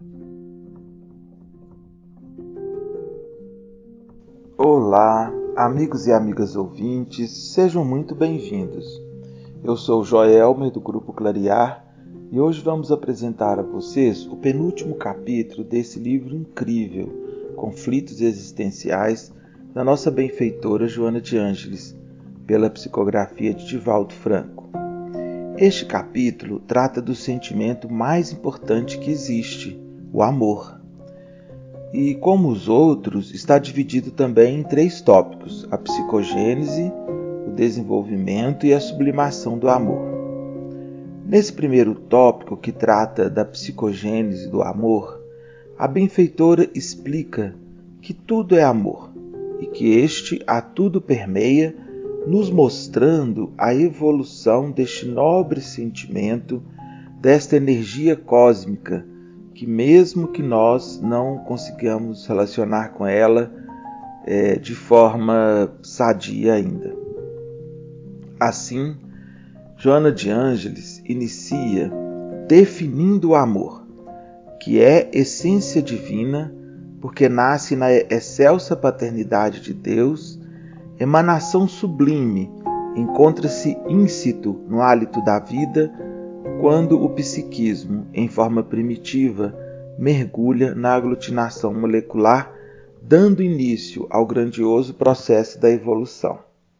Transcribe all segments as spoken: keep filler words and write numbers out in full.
Olá, amigos e amigas ouvintes, sejam muito bem-vindos. Eu sou Joelmer do Grupo Clarear e hoje vamos apresentar a vocês o penúltimo capítulo desse livro incrível, Conflitos Existenciais, da nossa benfeitora Joana de Ângeles, pela psicografia de Divaldo Franco. Este capítulo trata do sentimento mais importante que existe, o amor. E, como os outros, está dividido também em três tópicos: a psicogênese, o desenvolvimento e a sublimação do amor. Nesse primeiro tópico, que trata da psicogênese do amor, a benfeitora explica que tudo é amor e que este a tudo permeia, nos mostrando a evolução deste nobre sentimento, desta energia cósmica, que mesmo que nós não consigamos relacionar com ela é, de forma sadia ainda. Assim, Joana de Ângeles inicia definindo o amor, que é essência divina, porque nasce na excelsa paternidade de Deus, emanação sublime, encontra-se íncito no hálito da vida, quando o psiquismo, em forma primitiva, mergulha na aglutinação molecular, dando início ao grandioso processo da evolução.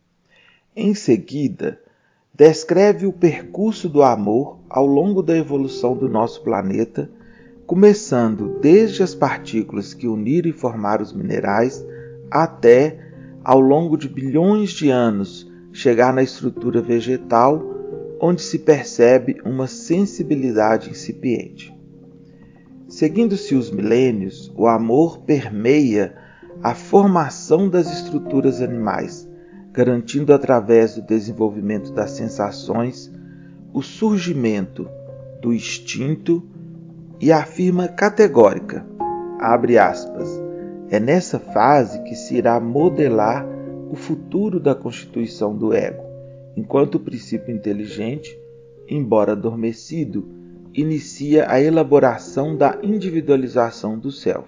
Em seguida, descreve o percurso do amor ao longo da evolução do nosso planeta, começando desde as partículas que uniram e formaram os minerais, até, ao longo de bilhões de anos, chegar na estrutura vegetal, onde se percebe uma sensibilidade incipiente. Seguindo-se os milênios, o amor permeia a formação das estruturas animais, garantindo através do desenvolvimento das sensações o surgimento do instinto, e afirma categórica, abre aspas, é nessa fase que se irá modelar o futuro da constituição do ego, enquanto o princípio inteligente, embora adormecido, inicia a elaboração da individualização do self.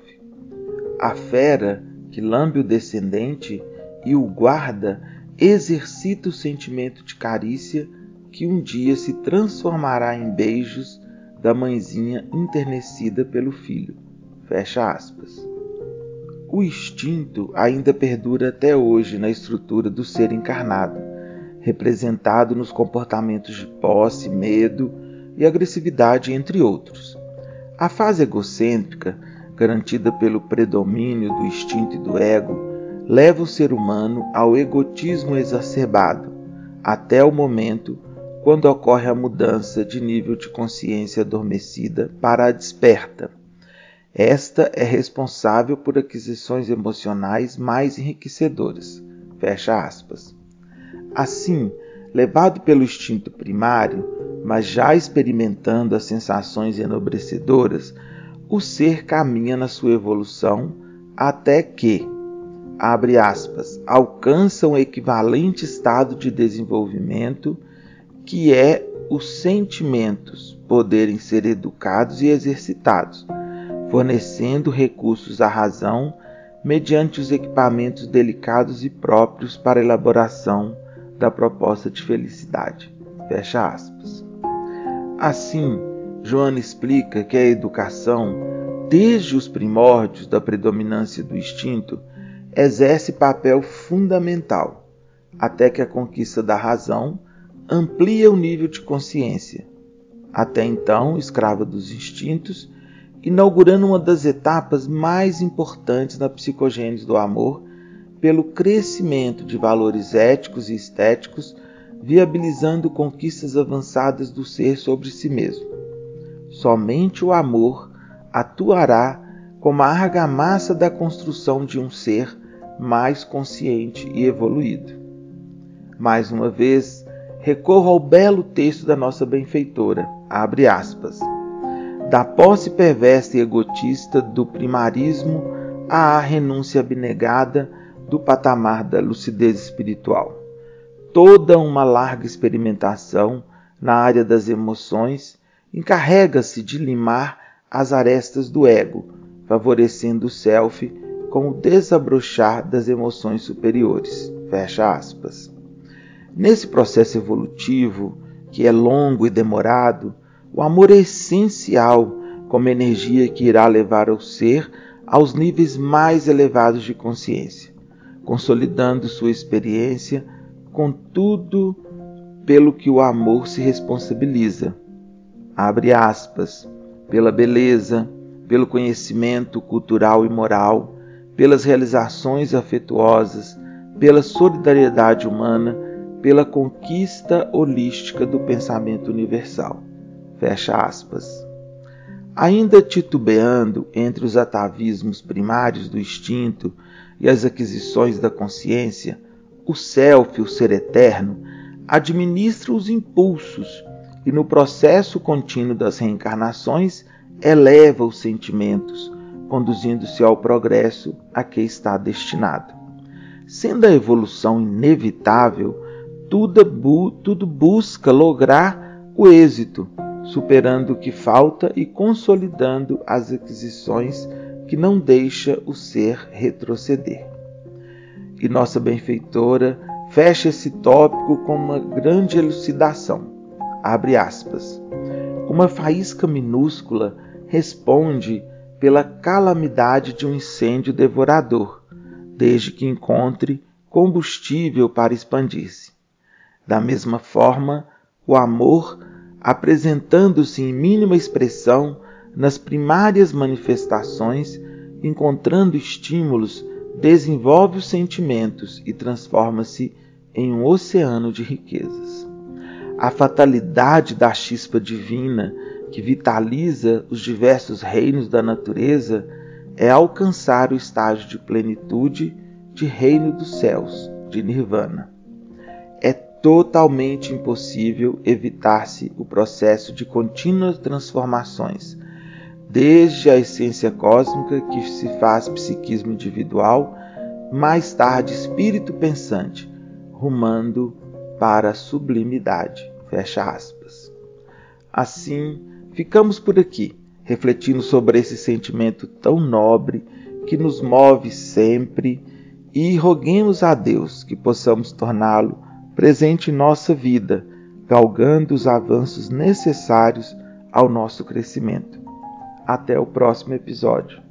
A fera que lambe o descendente e o guarda exercita o sentimento de carícia que um dia se transformará em beijos da mãezinha enternecida pelo filho. Fecha aspas. O instinto ainda perdura até hoje na estrutura do ser encarnado, representado nos comportamentos de posse, medo e agressividade, entre outros. A fase egocêntrica, garantida pelo predomínio do instinto e do ego, leva o ser humano ao egotismo exacerbado, até o momento quando ocorre a mudança de nível de consciência adormecida para a desperta. Esta é responsável por aquisições emocionais mais enriquecedoras. Fecha aspas. Assim, levado pelo instinto primário, mas já experimentando as sensações enobrecedoras, o ser caminha na sua evolução até que, abre aspas, alcança um equivalente estado de desenvolvimento, que é os sentimentos poderem ser educados e exercitados, fornecendo recursos à razão mediante os equipamentos delicados e próprios para a elaboração da proposta de felicidade. Fecha aspas. Assim, Joana explica que a educação, desde os primórdios da predominância do instinto, exerce papel fundamental, até que a conquista da razão amplia o nível de consciência, até então escrava dos instintos, inaugurando uma das etapas mais importantes na psicogênese do amor, pelo crescimento de valores éticos e estéticos, viabilizando conquistas avançadas do ser sobre si mesmo. Somente o amor atuará como a argamassa da construção de um ser mais consciente e evoluído. Mais uma vez, recorro ao belo texto da nossa benfeitora, abre aspas, da posse perversa e egotista do primarismo à renúncia abnegada do patamar da lucidez espiritual. Toda uma larga experimentação na área das emoções encarrega-se de limar as arestas do ego, favorecendo o self com o desabrochar das emoções superiores. Fecha aspas. Nesse processo evolutivo, que é longo e demorado, o amor é essencial como energia que irá levar o ser aos níveis mais elevados de consciência, consolidando sua experiência com tudo pelo que o amor se responsabiliza. Abre aspas, pela beleza, pelo conhecimento cultural e moral, pelas realizações afetuosas, pela solidariedade humana, pela conquista holística do pensamento universal. Fecha aspas. Ainda titubeando entre os atavismos primários do instinto e as aquisições da consciência, o self, o ser eterno, administra os impulsos e no processo contínuo das reencarnações eleva os sentimentos, conduzindo-se ao progresso a que está destinado. Sendo a evolução inevitável, tudo, bu- tudo busca lograr o êxito, superando o que falta e consolidando as aquisições que não deixa o ser retroceder. E nossa benfeitora fecha esse tópico com uma grande elucidação. Abre aspas. Uma faísca minúscula responde pela calamidade de um incêndio devorador, desde que encontre combustível para expandir-se. Da mesma forma, o amor, apresentando-se em mínima expressão nas primárias manifestações, encontrando estímulos, desenvolve os sentimentos e transforma-se em um oceano de riquezas. A fatalidade da chispa divina que vitaliza os diversos reinos da natureza é alcançar o estágio de plenitude de reino dos céus, de Nirvana. É totalmente impossível evitar-se o processo de contínuas transformações, desde a essência cósmica que se faz psiquismo individual, mais tarde espírito pensante, rumando para a sublimidade. Fecha aspas. Assim, ficamos por aqui, refletindo sobre esse sentimento tão nobre que nos move sempre e roguemos a Deus que possamos torná-lo presente em nossa vida, galgando os avanços necessários ao nosso crescimento. Até o próximo episódio.